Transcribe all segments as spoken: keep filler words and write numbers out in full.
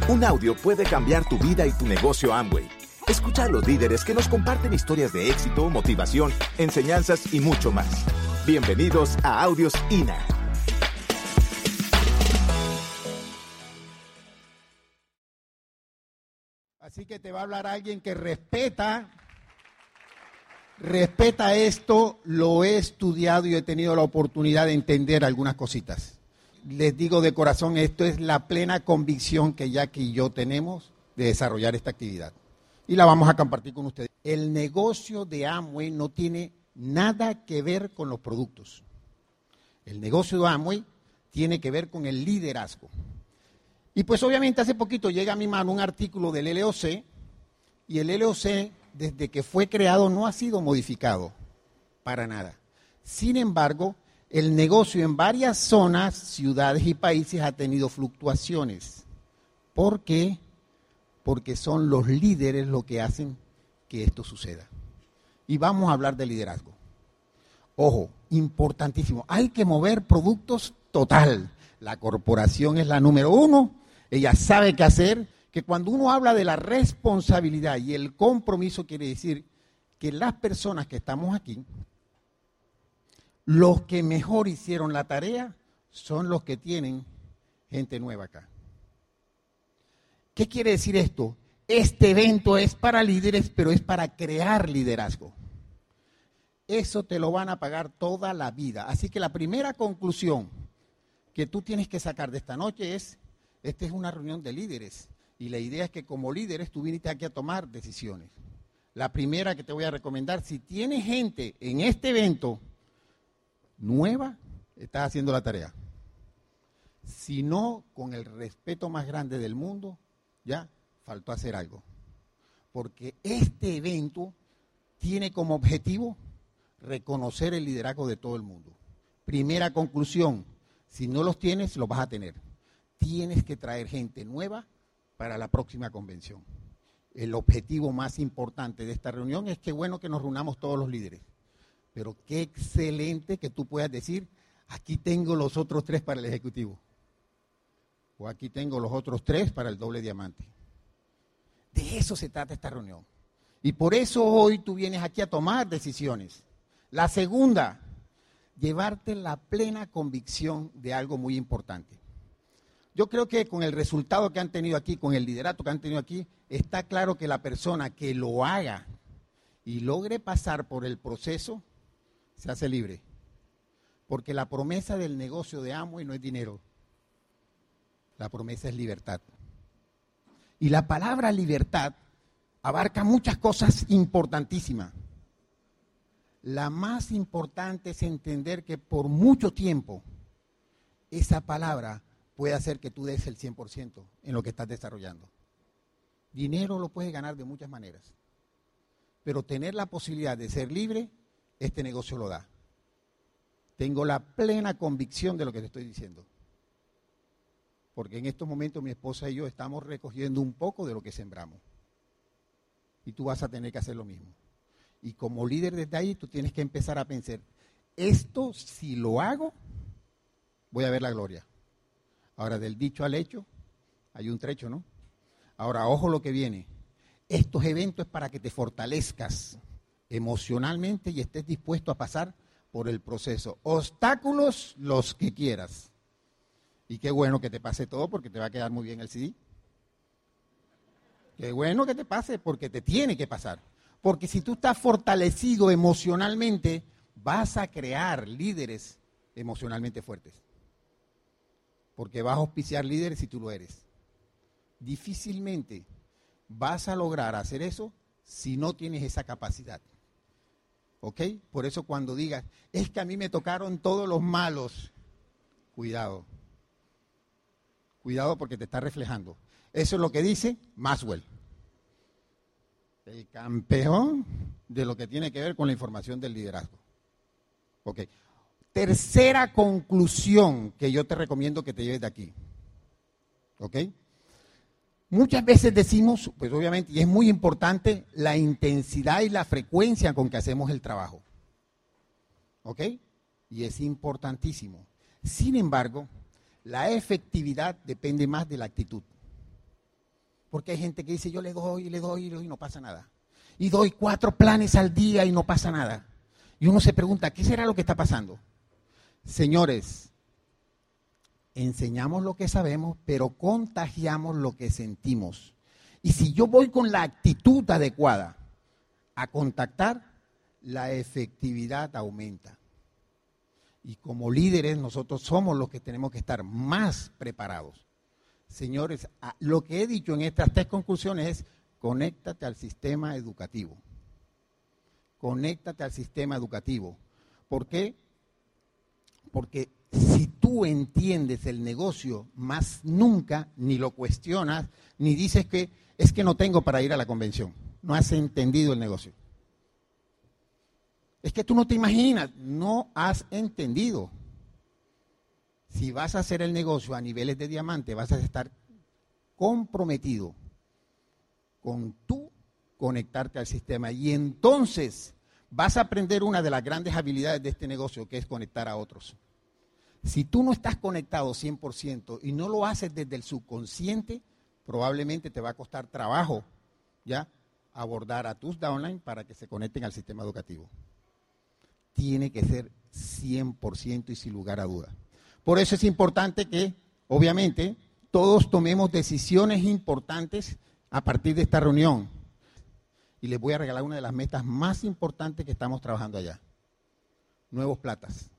Un audio puede cambiar tu vida y tu negocio Amway. Escucha a los líderes que nos comparten historias de éxito, motivación, enseñanzas y mucho más. Bienvenidos a Audios I N A. Así que te va a hablar alguien que respeta, respeta esto, lo he estudiado y he tenido la oportunidad de entender algunas cositas. Les digo de corazón, esto es la plena convicción que Jackie y yo tenemos de desarrollar esta actividad. Y la vamos a compartir con ustedes. El negocio de Amway no tiene nada que ver con los productos. El negocio de Amway tiene que ver con el liderazgo. Y pues obviamente hace poquito llega a mi mano un artículo del L O C, y el L O C desde que fue creado no ha sido modificado para nada. Sin embargo, el negocio en varias zonas, ciudades y países ha tenido fluctuaciones. ¿Por qué? Porque son los líderes los que hacen que esto suceda. Y vamos a hablar de liderazgo. Ojo, importantísimo, hay que mover productos total. La corporación es la número uno, ella sabe qué hacer, que cuando uno habla de la responsabilidad y el compromiso quiere decir que las personas que estamos aquí, los que mejor hicieron la tarea son los que tienen gente nueva acá. ¿Qué quiere decir esto? Este evento es para líderes, pero es para crear liderazgo. Eso te lo van a pagar toda la vida. Así que la primera conclusión que tú tienes que sacar de esta noche es, esta es una reunión de líderes. Y la idea es que como líderes tú viniste aquí a tomar decisiones. La primera que te voy a recomendar, si tienes gente en este evento nueva, estás haciendo la tarea. Si no, con el respeto más grande del mundo, ya faltó hacer algo. Porque este evento tiene como objetivo reconocer el liderazgo de todo el mundo. Primera conclusión, si no los tienes, los vas a tener. Tienes que traer gente nueva para la próxima convención. El objetivo más importante de esta reunión es que bueno que nos reunamos todos los líderes. Pero qué excelente que tú puedas decir, aquí tengo los otros tres para el ejecutivo. O aquí tengo los otros tres para el doble diamante. De eso se trata esta reunión. Y por eso hoy tú vienes aquí a tomar decisiones. La segunda, llevarte la plena convicción de algo muy importante. Yo creo que con el resultado que han tenido aquí, con el liderato que han tenido aquí, está claro que la persona que lo haga y logre pasar por el proceso, se hace libre. Porque la promesa del negocio de Amway no es dinero. La promesa es libertad. Y la palabra libertad abarca muchas cosas importantísimas. La más importante es entender que por mucho tiempo esa palabra puede hacer que tú des el cien por ciento en lo que estás desarrollando. Dinero lo puedes ganar de muchas maneras. Pero tener la posibilidad de ser libre, este negocio lo da. Tengo la plena convicción de lo que te estoy diciendo. Porque en estos momentos mi esposa y yo estamos recogiendo un poco de lo que sembramos. Y tú vas a tener que hacer lo mismo. Y como líder desde ahí, tú tienes que empezar a pensar, esto si lo hago, voy a ver la gloria. Ahora, del dicho al hecho, hay un trecho, ¿no? Ahora, ojo lo que viene. Estos eventos es para que te fortalezcas emocionalmente y estés dispuesto a pasar por el proceso. Obstáculos los que quieras. Y qué bueno que te pase todo porque te va a quedar muy bien el C D. Qué bueno que te pase porque te tiene que pasar. Porque si tú estás fortalecido emocionalmente, vas a crear líderes emocionalmente fuertes. Porque vas a auspiciar líderes si tú lo eres. Difícilmente vas a lograr hacer eso si no tienes esa capacidad. ¿Ok? Por eso cuando digas, es que a mí me tocaron todos los malos, cuidado. Cuidado porque te está reflejando. Eso es lo que dice Maxwell. El campeón de lo que tiene que ver con la información del liderazgo. Ok. Tercera conclusión que yo te recomiendo que te lleves de aquí. ¿Ok? Muchas veces decimos, pues obviamente, y es muy importante, la intensidad y la frecuencia con que hacemos el trabajo. ¿Ok? Y es importantísimo. Sin embargo, la efectividad depende más de la actitud. Porque hay gente que dice, yo le doy, y le doy, y le doy, y no pasa nada. Y doy cuatro planes al día y no pasa nada. Y uno se pregunta, ¿qué será lo que está pasando? Señores, enseñamos lo que sabemos, pero contagiamos lo que sentimos. Y si yo voy con la actitud adecuada a contactar, la efectividad aumenta. Y como líderes, nosotros somos los que tenemos que estar más preparados. Señores, lo que he dicho en estas tres conclusiones es, conéctate al sistema educativo. Conéctate al sistema educativo. ¿Por qué? Porque si tú entiendes el negocio, más nunca ni lo cuestionas, ni dices que es que no tengo para ir a la convención. No has entendido el negocio. Es que tú no te imaginas, no has entendido. Si vas a hacer el negocio a niveles de diamante, vas a estar comprometido con tú conectarte al sistema. Y entonces vas a aprender una de las grandes habilidades de este negocio, que es conectar a otros. Si tú no estás conectado cien por ciento y no lo haces desde el subconsciente, probablemente te va a costar trabajo, ¿ya?, abordar a tus downline para que se conecten al sistema educativo. Tiene que ser cien por ciento y sin lugar a duda. Por eso es importante que, obviamente, todos tomemos decisiones importantes a partir de esta reunión. Y les voy a regalar una de las metas más importantes que estamos trabajando allá. Nuevos platas.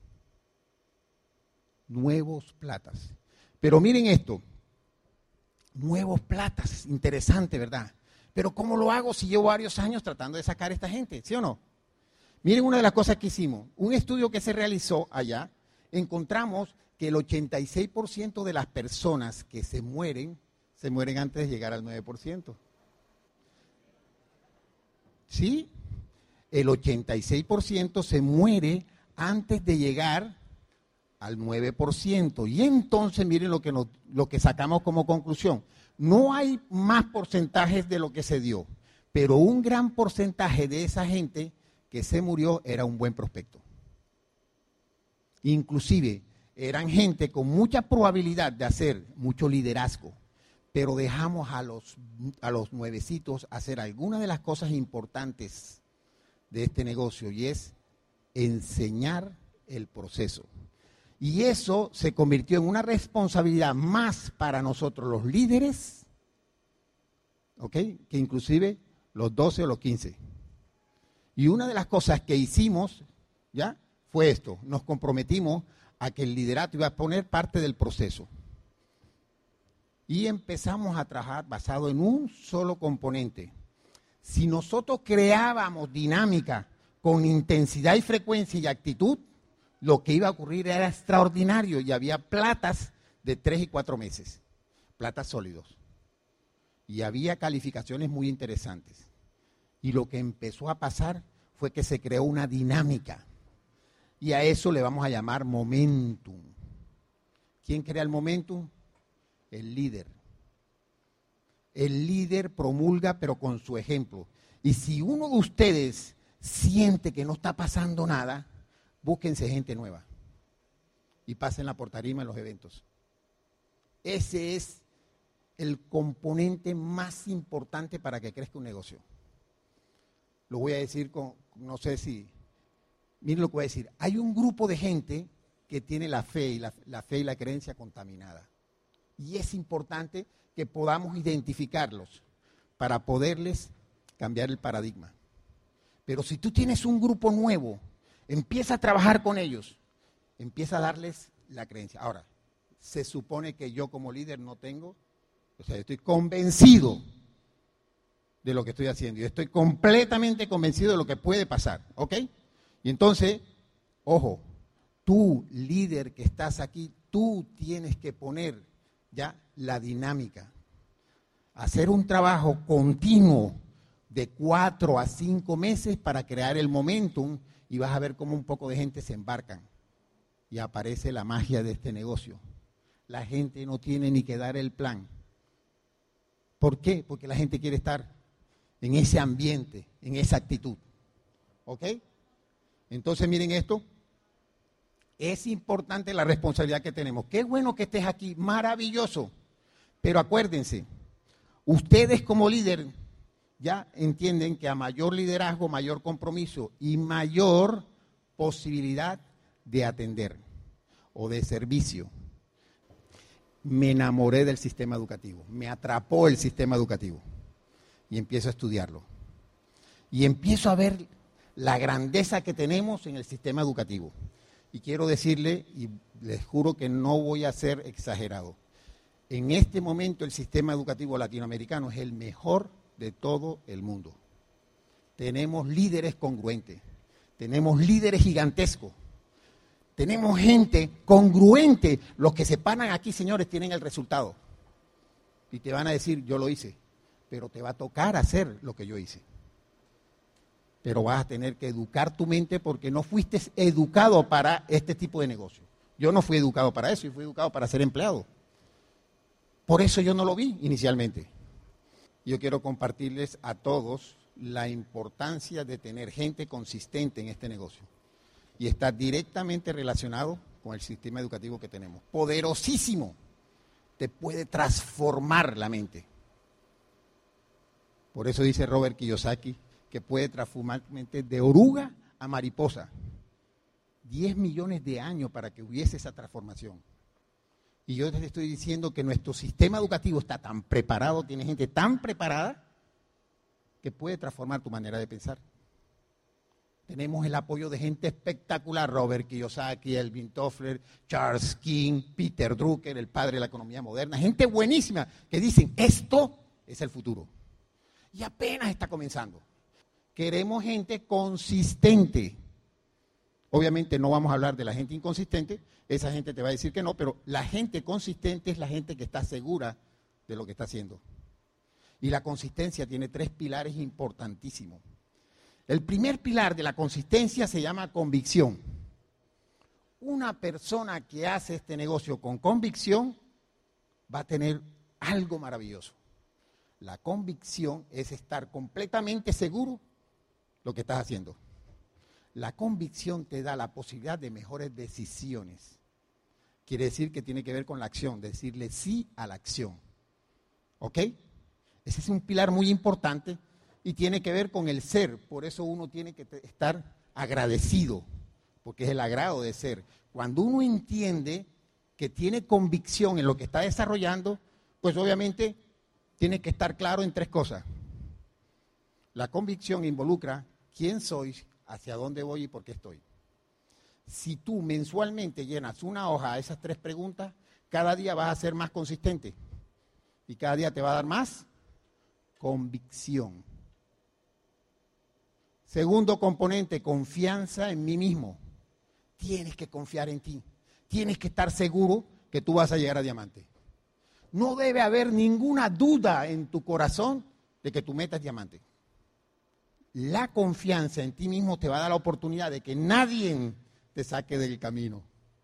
Nuevos platas. Pero miren esto. Nuevos platas. Interesante, ¿verdad? Pero ¿cómo lo hago si llevo varios años tratando de sacar a esta gente? ¿Sí o no? Miren una de las cosas que hicimos. Un estudio que se realizó allá, encontramos que el ochenta y seis por ciento de las personas que se mueren, se mueren antes de llegar al nueve por ciento. ¿Sí? El ochenta y seis por ciento se muere antes de llegar al nueve por ciento. Y entonces miren lo que, nos, lo que sacamos como conclusión. No hay más porcentajes de lo que se dio, pero un gran porcentaje de esa gente que se murió era un buen prospecto. Inclusive eran gente con mucha probabilidad de hacer mucho liderazgo, pero dejamos a los, a los nuevecitos hacer algunas de las cosas importantes de este negocio, y es enseñar el proceso. Y eso se convirtió en una responsabilidad más para nosotros los líderes, ¿ok?, que inclusive los doce o los quince. Y una de las cosas que hicimos, ¿ya?, fue esto. Nos comprometimos a que el liderato iba a poner parte del proceso. Y empezamos a trabajar basado en un solo componente. Si nosotros creábamos dinámica con intensidad y frecuencia y actitud, lo que iba a ocurrir era extraordinario y había platas de tres y cuatro meses, platas sólidos. Y había calificaciones muy interesantes. Y lo que empezó a pasar fue que se creó una dinámica. Y a eso le vamos a llamar momentum. ¿Quién crea el momentum? El líder. El líder promulga, pero con su ejemplo. Y si uno de ustedes siente que no está pasando nada, búsquense gente nueva y pásenla por tarima en los eventos. Ese es el componente más importante para que crezca un negocio. Lo voy a decir con, no sé si, miren lo que voy a decir. Hay un grupo de gente que tiene la fe y la, la fe y la creencia contaminada. Y es importante que podamos identificarlos para poderles cambiar el paradigma. Pero si tú tienes un grupo nuevo, empieza a trabajar con ellos, empieza a darles la creencia. Ahora, se supone que yo como líder no tengo, o sea, estoy convencido de lo que estoy haciendo y estoy completamente convencido de lo que puede pasar, ¿ok? Y entonces, ojo, tú líder que estás aquí, tú tienes que poner ya la dinámica, hacer un trabajo continuo de cuatro a cinco meses para crear el momentum. Y vas a ver cómo un poco de gente se embarcan y aparece la magia de este negocio. La gente no tiene ni que dar el plan. ¿Por qué? Porque la gente quiere estar en ese ambiente, en esa actitud. ¿Ok? Entonces miren esto. Es importante la responsabilidad que tenemos. Qué bueno que estés aquí, maravilloso. Pero acuérdense, Ustedes como líder ya entienden que a mayor liderazgo, mayor compromiso y mayor posibilidad de atender o de servicio. Me enamoré del sistema educativo, me atrapó el sistema educativo y empiezo a estudiarlo. Y empiezo a ver la grandeza que tenemos en el sistema educativo. Y quiero decirle, y les juro que no voy a ser exagerado, en este momento el sistema educativo latinoamericano es el mejor de todo el mundo. Tenemos líderes congruentes, tenemos líderes gigantescos, tenemos gente congruente. Los que se paran aquí, señores, tienen el resultado. Y te van a decir, yo lo hice, pero te va a tocar hacer lo que yo hice. Pero vas a tener que educar tu mente porque no fuiste educado para este tipo de negocio. Yo no fui educado para eso, yo fui educado para ser empleado. Por eso yo no lo vi inicialmente. Yo quiero compartirles a todos la importancia de tener gente consistente en este negocio. Y está directamente relacionado con el sistema educativo que tenemos. Poderosísimo. Te puede transformar la mente. Por eso dice Robert Kiyosaki que puede transformar mente de oruga a mariposa. Diez millones de años para que hubiese esa transformación. Y yo les estoy diciendo que nuestro sistema educativo está tan preparado, tiene gente tan preparada, que puede transformar tu manera de pensar. Tenemos el apoyo de gente espectacular, Robert Kiyosaki, Alvin Toffler, Charles King, Peter Drucker, el padre de la economía moderna, gente buenísima que dicen, esto es el futuro. Y apenas está comenzando. Queremos gente consistente. Obviamente no vamos a hablar de la gente inconsistente, esa gente te va a decir que no, pero la gente consistente es la gente que está segura de lo que está haciendo. Y la consistencia tiene tres pilares importantísimos. El primer pilar de la consistencia se llama convicción. Una persona que hace este negocio con convicción va a tener algo maravilloso. La convicción es estar completamente seguro de lo que estás haciendo. La convicción te da la posibilidad de mejores decisiones. Quiere decir que tiene que ver con la acción, decirle sí a la acción. ¿Ok? Ese es un pilar muy importante y tiene que ver con el ser. Por eso uno tiene que estar agradecido, porque es el agrado de ser. Cuando uno entiende que tiene convicción en lo que está desarrollando, pues obviamente tiene que estar claro en tres cosas. La convicción involucra quién soy, hacia dónde voy y por qué estoy. Si tú mensualmente llenas una hoja a esas tres preguntas, cada día vas a ser más consistente y cada día te va a dar más convicción. Segundo componente, confianza en mí mismo. Tienes que confiar en ti. Tienes que estar seguro que tú vas a llegar a diamante. No debe haber ninguna duda en tu corazón de que tu meta es diamante. La confianza en ti mismo te va a dar la oportunidad de que nadie te saque del camino.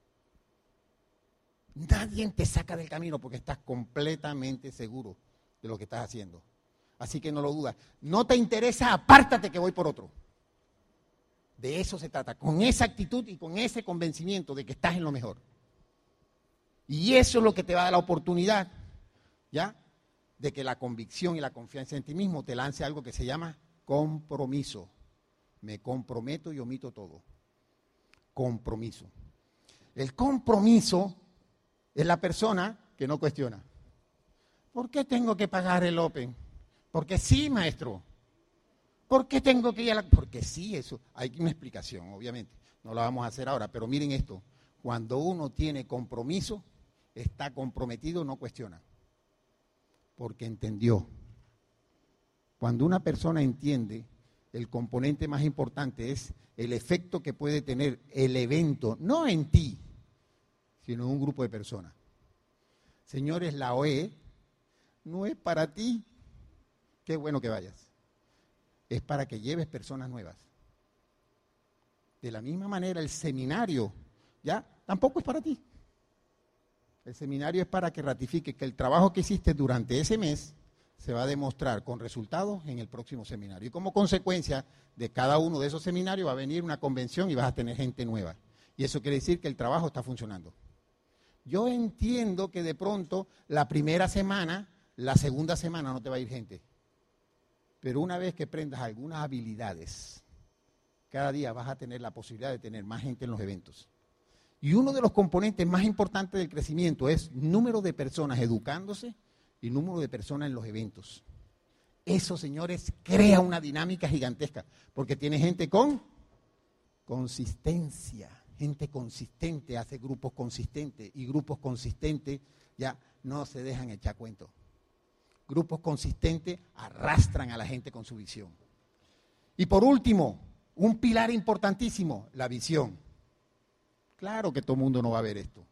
Nadie te saca del camino porque estás completamente seguro de lo que estás haciendo. Así que no lo dudas. No te interesa, apártate que voy por otro. De eso se trata, con esa actitud y con ese convencimiento de que estás en lo mejor. Y eso es lo que te va a dar la oportunidad, ¿ya? De que la convicción y la confianza en ti mismo te lance algo que se llama compromiso. Me comprometo y omito todo. Compromiso. El compromiso es la persona que no cuestiona. ¿Por qué tengo que pagar el Open? Porque sí, maestro. ¿Por qué tengo que ir a la...? Porque sí, eso. Hay una explicación, obviamente. No la vamos a hacer ahora, pero miren esto. Cuando uno tiene compromiso, está comprometido, no cuestiona. Porque entendió. Cuando una persona entiende, el componente más importante es el efecto que puede tener el evento, no en ti, sino en un grupo de personas. Señores, la O E no es para ti. Qué bueno que vayas. Es para que lleves personas nuevas. De la misma manera, el seminario, ¿ya? Tampoco es para ti. El seminario es para que ratifique que el trabajo que hiciste durante ese mes se va a demostrar con resultados en el próximo seminario. Y como consecuencia de cada uno de esos seminarios va a venir una convención y vas a tener gente nueva. Y eso quiere decir que el trabajo está funcionando. Yo entiendo que de pronto la primera semana La segunda semana no te va a ir gente. Pero una vez que aprendas algunas habilidades, cada día vas a tener la posibilidad de tener más gente en los eventos. Y uno de los componentes más importantes del crecimiento es número de personas educándose y número de personas en los eventos. Eso, señores, crea una dinámica gigantesca, porque tiene gente con consistencia. Gente consistente hace grupos consistentes y grupos consistentes ya no se dejan echar cuentos. Grupos consistentes arrastran a la gente con su visión. Y por último, un pilar importantísimo, la visión. Claro que todo el mundo no va a ver esto.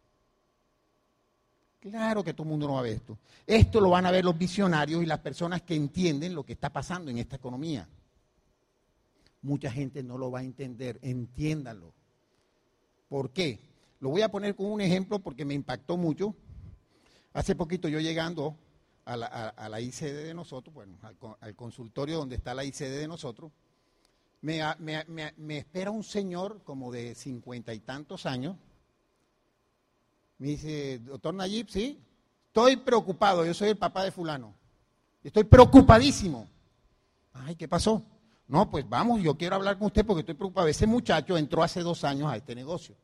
Claro que todo el mundo no va a ver esto. Esto lo van a ver los visionarios y las personas que entienden lo que está pasando en esta economía. Mucha gente no lo va a entender, entiéndanlo. ¿Por qué? Lo voy a poner con un ejemplo porque me impactó mucho. Hace poquito yo llegando a la, a, a la I C D de nosotros, bueno, al, al consultorio donde está la I C D de nosotros, me, me, me, me espera un señor como de cincuenta y tantos años. Me dice, doctor Nayib, sí, estoy preocupado, yo soy el papá de fulano. Estoy preocupadísimo. Ay, ¿qué pasó? No, pues vamos, yo quiero hablar con usted porque estoy preocupado. Ese muchacho entró hace dos años a este negocio.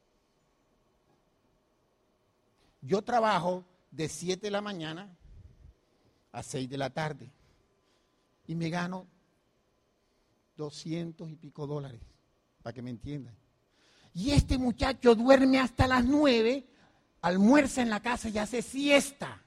Yo trabajo de siete de la mañana a seis de la tarde y me gano doscientos y pico dólares, para que me entiendan. Y este muchacho duerme hasta las nueve, almuerza en la casa y hace siesta.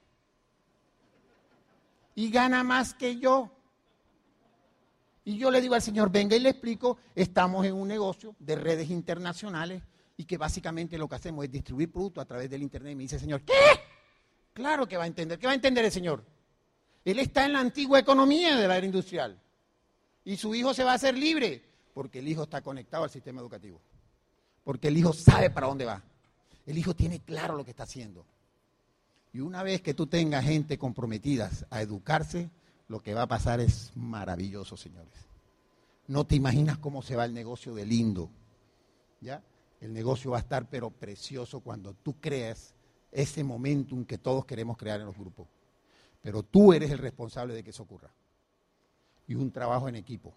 Y gana más que yo. Y yo le digo al señor, venga y le explico, estamos en un negocio de redes internacionales y que básicamente lo que hacemos es distribuir productos a través del internet. Y me dice el señor, ¿qué? Claro que va a entender. ¿Qué va a entender el señor? Él está en la antigua economía de la era industrial. Y su hijo se va a hacer libre porque el hijo está conectado al sistema educativo. Porque el hijo sabe para dónde va. El hijo tiene claro lo que está haciendo. Y una vez que tú tengas gente comprometida a educarse, lo que va a pasar es maravilloso, señores. No te imaginas cómo se va el negocio de lindo. ¿Ya? El negocio va a estar pero precioso cuando tú creas ese momentum que todos queremos crear en los grupos. Pero tú eres el responsable de que eso ocurra. Y un trabajo en equipo.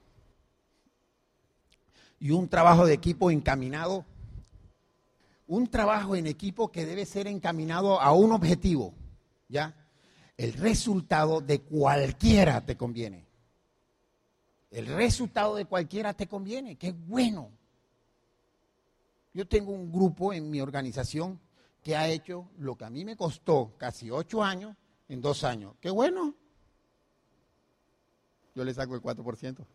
Y un trabajo de equipo encaminado. Un trabajo en equipo que debe ser encaminado a un objetivo. ¿Ya? El resultado de cualquiera te conviene. El resultado de cualquiera te conviene. ¡Qué bueno! Yo tengo un grupo en mi organización que ha hecho lo que a mí me costó casi ocho años en dos años. ¡Qué bueno! Yo le saco el cuatro por ciento.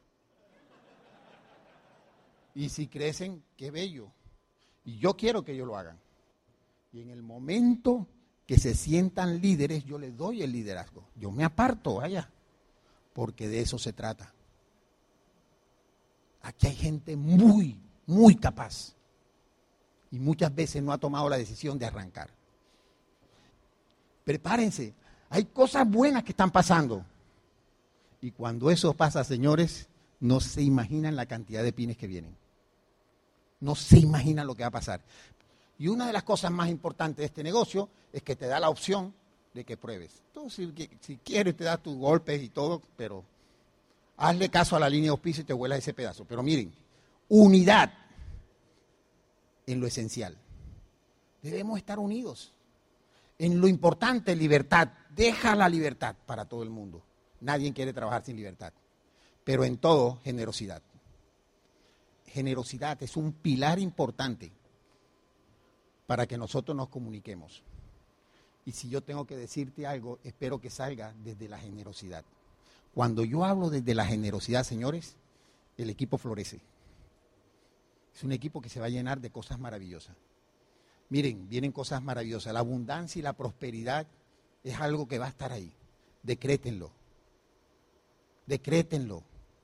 Y si crecen, qué bello. Y yo quiero que ellos lo hagan. Y en el momento que se sientan líderes, yo les doy el liderazgo. Yo me aparto, vaya, porque de eso se trata. Aquí hay gente muy, muy capaz. Y muchas veces no ha tomado la decisión de arrancar. Prepárense, hay cosas buenas que están pasando. Y cuando eso pasa, señores, no se imaginan la cantidad de pines que vienen. No se imaginan lo que va a pasar. Y una de las cosas más importantes de este negocio es que te da la opción de que pruebes. Tú, si, si quieres, te das tus golpes y todo, pero hazle caso a la línea de auspicio y te vuelas ese pedazo. Pero miren, unidad en lo esencial. Debemos estar unidos. En lo importante, libertad. Deja la libertad para todo el mundo. Nadie quiere trabajar sin libertad. Pero en todo, generosidad. Generosidad es un pilar importante para que nosotros nos comuniquemos. Y si yo tengo que decirte algo, espero que salga desde la generosidad. Cuando yo hablo desde la generosidad, señores, el equipo florece. Es un equipo que se va a llenar de cosas maravillosas. Miren, vienen cosas maravillosas. La abundancia y la prosperidad es algo que va a estar ahí. Decrétenlo. Decrétenlo.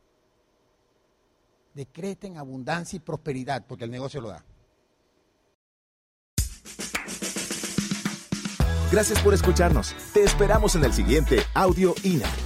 Decreten abundancia y prosperidad, porque el negocio lo da. Gracias por escucharnos. Te esperamos en el siguiente Audio I N A.